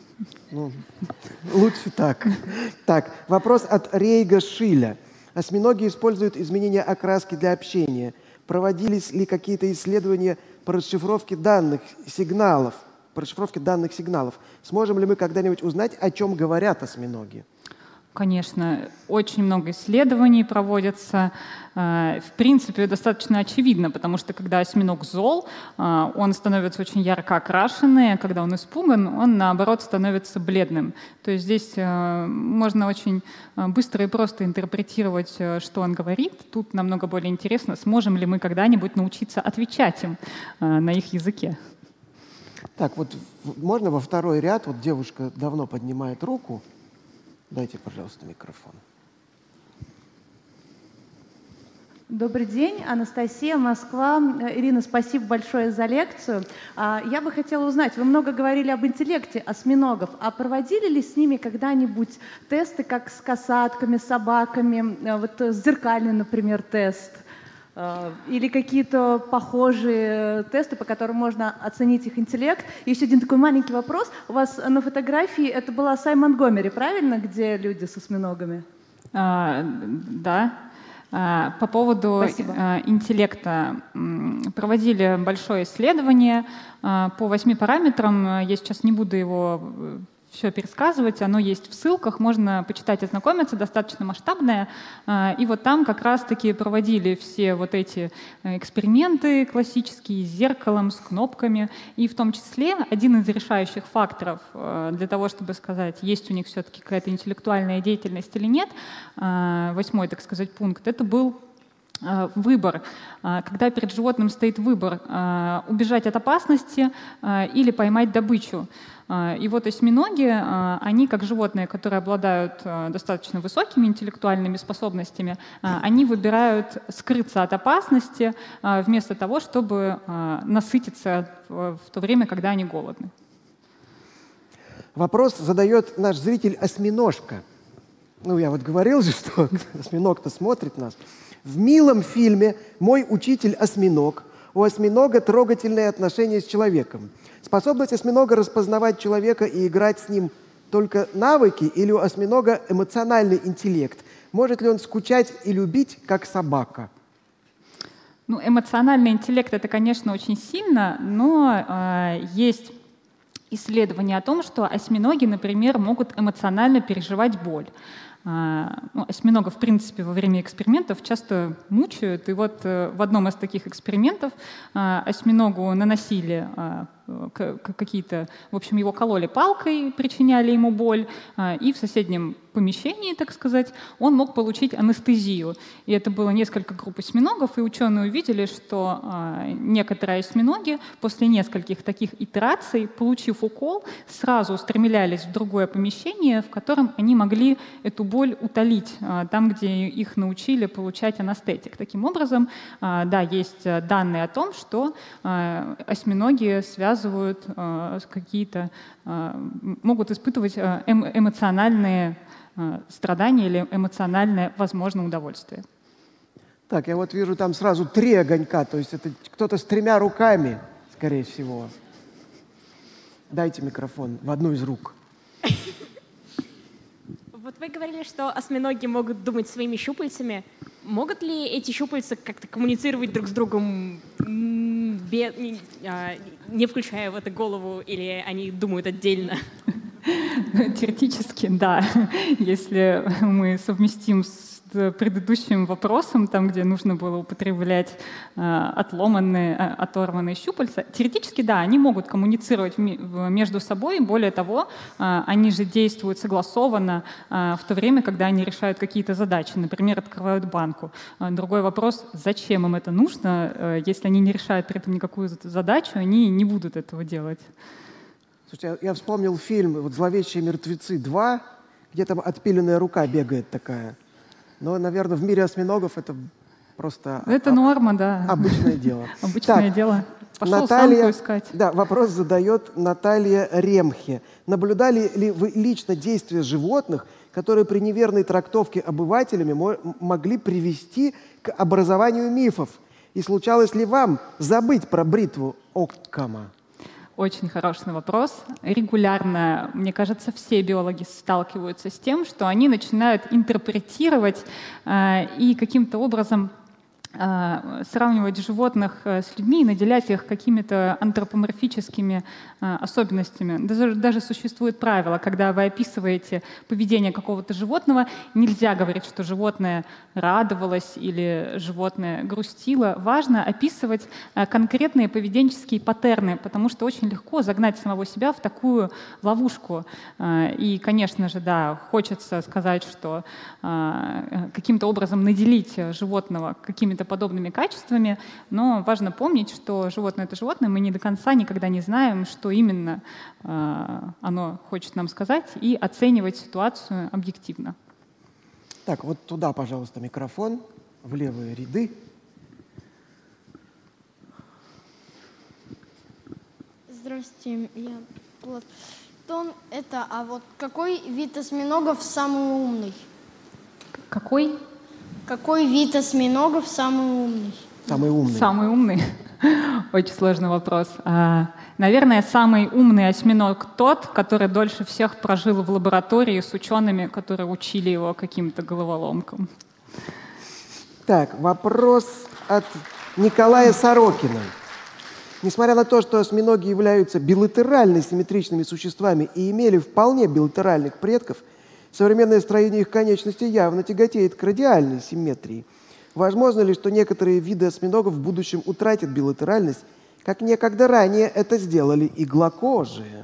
Лучше так. Так, вопрос от Рейга Шиля. Осьминоги используют изменения окраски для общения. Проводились ли какие-то исследования по расшифровке данных сигналов? Сможем ли мы когда-нибудь узнать, о чем говорят осьминоги? Конечно, очень много исследований проводится. В принципе, достаточно очевидно, потому что когда осьминог зол, он становится очень ярко окрашенный, а когда он испуган, он, наоборот, становится бледным. То есть здесь можно очень быстро и просто интерпретировать, что он говорит. Тут намного более интересно, сможем ли мы когда-нибудь научиться отвечать им на их языке. Так, вот можно во второй ряд? Вот девушка давно поднимает руку. Дайте, пожалуйста, микрофон. Добрый день, Анастасия, Москва. Ирина, спасибо большое за лекцию. Я бы хотела узнать, вы много говорили об интеллекте осьминогов, а проводили ли с ними когда-нибудь тесты, как с касатками, собаками, вот зеркальный, например, тест, или какие-то похожие тесты, по которым можно оценить их интеллект? И еще один такой маленький вопрос. У вас на фотографии это была Сай Монтгомери, правильно, где люди с осьминогами? Да. По поводу интеллекта проводили большое исследование по 8 параметрам. Я сейчас не буду его все пересказывать, оно есть в ссылках, можно почитать, ознакомиться, достаточно масштабное. И вот там как раз-таки проводили все вот эти эксперименты классические с зеркалом, с кнопками. И в том числе один из решающих факторов для того, чтобы сказать, есть у них все-таки какая-то интеллектуальная деятельность или нет, 8-й, так сказать, пункт, это был выбор. Когда перед животным стоит выбор убежать от опасности или поймать добычу. И вот осьминоги, они как животные, которые обладают достаточно высокими интеллектуальными способностями, они выбирают скрыться от опасности вместо того, чтобы насытиться в то время, когда они голодны. Вопрос задает наш зритель осьминожка. Ну, я вот говорил же, что осьминог-то смотрит нас. В милом фильме «Мой учитель осьминог» у осьминога трогательные отношения с человеком. Способность осьминога распознавать человека и играть с ним только навыки или у осьминога эмоциональный интеллект? Может ли он скучать и любить, как собака? Ну, эмоциональный интеллект — это, конечно, очень сильно, но есть исследования о том, что осьминоги, например, могут эмоционально переживать боль. Осьминогов, в принципе, во время экспериментов часто мучают. И вот в одном из таких экспериментов осьминогу наносили какие-то, в общем, его кололи палкой, причиняли ему боль, и в соседнем помещении, так сказать, он мог получить анестезию. И это было несколько групп осьминогов, и ученые увидели, что некоторые осьминоги после нескольких таких итераций, получив укол, сразу устремлялись в другое помещение, в котором они могли эту боль утолить, там, где их научили получать анестетик. Таким образом, да, есть данные о том, что осьминоги связывают какие-то, могут испытывать эмоциональные страдания или эмоциональное, возможно, удовольствие. Так, я вот вижу там сразу 3 огонька, то есть это кто-то с 3 руками, скорее всего. Дайте микрофон в одну из рук. Вот вы говорили, что осьминоги могут думать своими щупальцами. Могут ли эти щупальца как-то коммуницировать друг с другом, не включая в это голову, или они думают отдельно? Теоретически, да. Если мы совместим с предыдущим вопросом, там, где нужно было употреблять оторванные щупальца, теоретически, да, они могут коммуницировать между собой. Более того, они же действуют согласованно в то время, когда они решают какие-то задачи, например, открывают банку. Другой вопрос, зачем им это нужно? Если они не решают при этом никакую задачу, они не будут этого делать. Слушайте, я вспомнил фильм вот «Зловещие мертвецы 2», где там отпиленная рука бегает такая. Но, наверное, в мире осьминогов это просто... Это норма, да. Обычное дело. Обычное дело. Пошел Наталья, самку искать. Да, вопрос задает Наталья Ремхе. Наблюдали ли вы лично действия животных, которые при неверной трактовке обывателями могли привести к образованию мифов? И случалось ли вам забыть про бритву Оккама? Очень хороший вопрос. Регулярно, мне кажется, все биологи сталкиваются с тем, что они начинают интерпретировать и каким-то образом сравнивать животных с людьми и наделять их какими-то антропоморфическими особенностями. Даже существует правило, когда вы описываете поведение какого-то животного, нельзя говорить, что животное радовалось или животное грустило. Важно описывать конкретные поведенческие паттерны, потому что очень легко загнать самого себя в такую ловушку. И, конечно же, да, хочется сказать, что каким-то образом наделить животного какими-то подобными качествами, но важно помнить, что животное — это животное, мы не до конца никогда не знаем, что именно оно хочет нам сказать, и оценивать ситуацию объективно. Так, вот туда, пожалуйста, микрофон, в левые ряды. Здравствуйте, я Платон. А вот какой вид осьминогов самый умный? Какой? Какой вид осьминогов самый умный? Самый умный. Самый умный? Очень сложный вопрос. Наверное, самый умный осьминог тот, который дольше всех прожил в лаборатории с учеными, которые учили его каким-то головоломкам. Так, вопрос от Николая Сорокина. Несмотря на то, что осьминоги являются билатерально симметричными существами и имели вполне билатеральных предков, современное строение их конечностей явно тяготеет к радиальной симметрии. Возможно ли, что некоторые виды осьминогов в будущем утратят билатеральность, как некогда ранее это сделали иглокожие?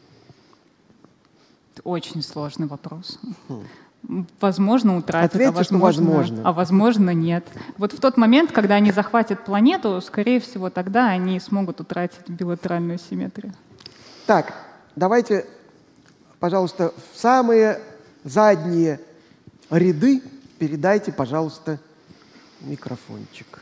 Очень сложный вопрос. Возможно, утратят, Ответьте, а возможно, нет. Вот в тот момент, когда они захватят планету, скорее всего, тогда они смогут утратить билатеральную симметрию. Так, давайте, пожалуйста, в самые задние ряды передайте, пожалуйста, микрофончик.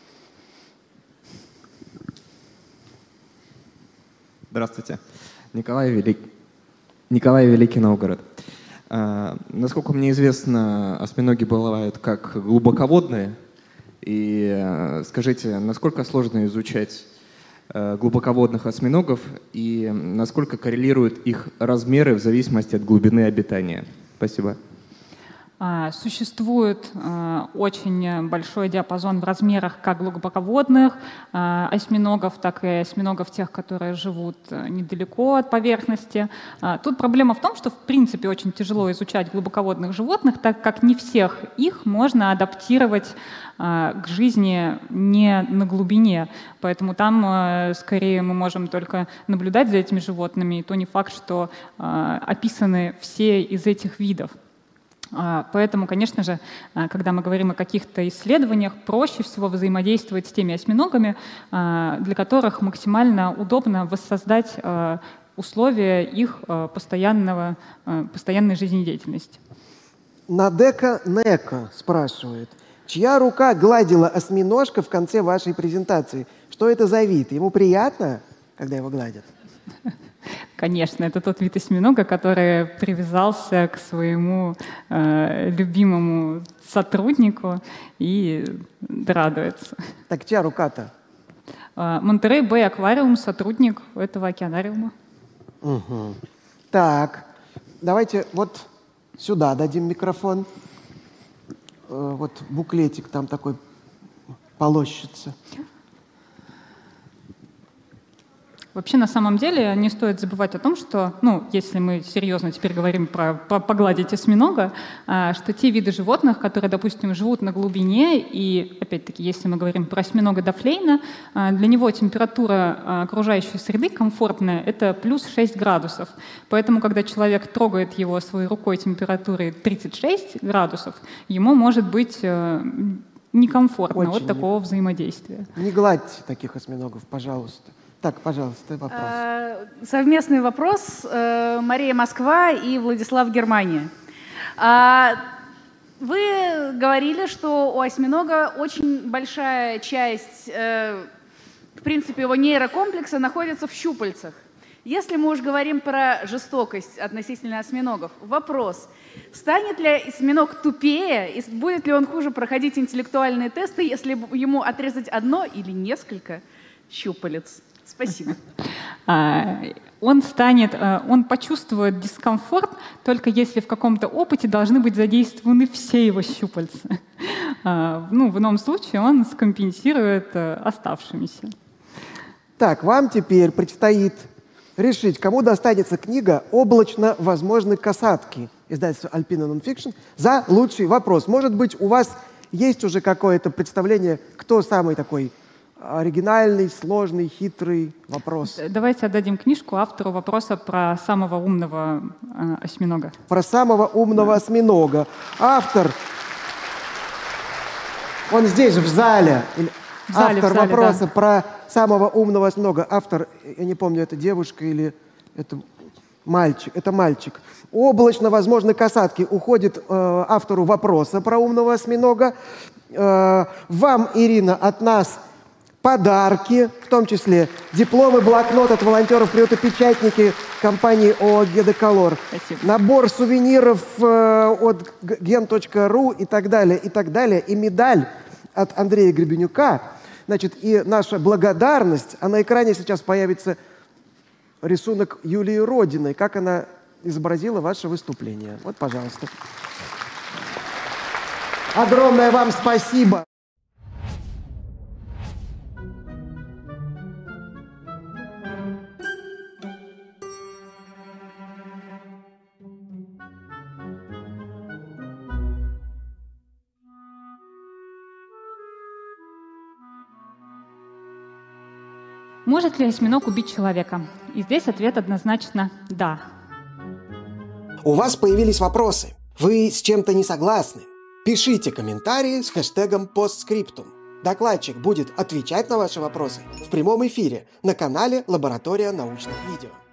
Здравствуйте. Николай Великий Новгород. Насколько мне известно, осьминоги бывают как глубоководные. И скажите, насколько сложно изучать глубоководных осьминогов и насколько коррелируют их размеры в зависимости от глубины обитания? Спасибо. Существует очень большой диапазон в размерах как глубоководных осьминогов, так и осьминогов тех, которые живут недалеко от поверхности. Тут проблема в том, что в принципе очень тяжело изучать глубоководных животных, так как не всех их можно адаптировать к жизни не на глубине. Поэтому там скорее мы можем только наблюдать за этими животными, и то не факт, что описаны все из этих видов. Поэтому, конечно же, когда мы говорим о каких-то исследованиях, проще всего взаимодействовать с теми осьминогами, для которых максимально удобно воссоздать условия их постоянной жизнедеятельности. Надека Нека спрашивает, чья рука гладила осьминожка в конце вашей презентации? Что это за вид? Ему приятно, когда его гладят? Конечно, это тот вид осьминога, который привязался к своему любимому сотруднику и радуется. Так чья рука-то? Монтерей Бэй Аквариум, сотрудник этого океанариума. Угу. Так, давайте вот сюда дадим микрофон. Вот буклетик там такой полощется. Вообще, на самом деле, не стоит забывать о том, что, если мы серьезно теперь говорим про погладить осьминога, что те виды животных, которые, допустим, живут на глубине, и, опять-таки, если мы говорим про осьминога Дафлейна, для него температура окружающей среды комфортная — это плюс 6 градусов. Поэтому, когда человек трогает его своей рукой температурой 36 градусов, ему может быть некомфортно от такого взаимодействия. Не гладьте таких осьминогов, пожалуйста. Так, пожалуйста, вопрос. Совместный вопрос. Мария, Москва, и Владислав, Германия. Вы говорили, что у осьминога очень большая часть, в принципе, его нейрокомплекса находится в щупальцах. Если мы уж говорим про жестокость относительно осьминогов, вопрос. Станет ли осьминог тупее, и будет ли он хуже проходить интеллектуальные тесты, если ему отрезать одно или несколько щупалец? Спасибо. Он почувствует дискомфорт только если в каком-то опыте должны быть задействованы все его щупальца. В ином случае он скомпенсирует оставшимися. Так, вам теперь предстоит решить, кому достанется книга «Облачно возможны касатки» издательства Alpina Nonfiction за лучший вопрос. Может быть, у вас есть уже какое-то представление, кто самый такой оригинальный, сложный, хитрый вопрос? Давайте отдадим книжку автору вопроса про самого умного осьминога. Про самого умного осьминога. Автор, он здесь, в зале. Автор вопроса про самого умного осьминога. Автор, я не помню, это девушка или это мальчик. Это мальчик. Облачно возможны касатки. Уходит автору вопроса про умного осьминога. Вам, Ирина, от нас подарки, в том числе дипломы, блокнот от волонтеров приюта-печатники компании ООО «Гедоколор», набор сувениров от gen.ru и так далее, и медаль от Андрея Гребенюка. Значит, и наша благодарность, а на экране сейчас появится рисунок Юлии Родиной, как она изобразила ваше выступление. Вот, пожалуйста. Огромное вам спасибо. Может ли осьминог убить человека? И здесь ответ однозначно «да». У вас появились вопросы. Вы с чем-то не согласны? Пишите комментарии с хэштегом постскриптум. Докладчик будет отвечать на ваши вопросы в прямом эфире на канале «Лаборатория научных видео».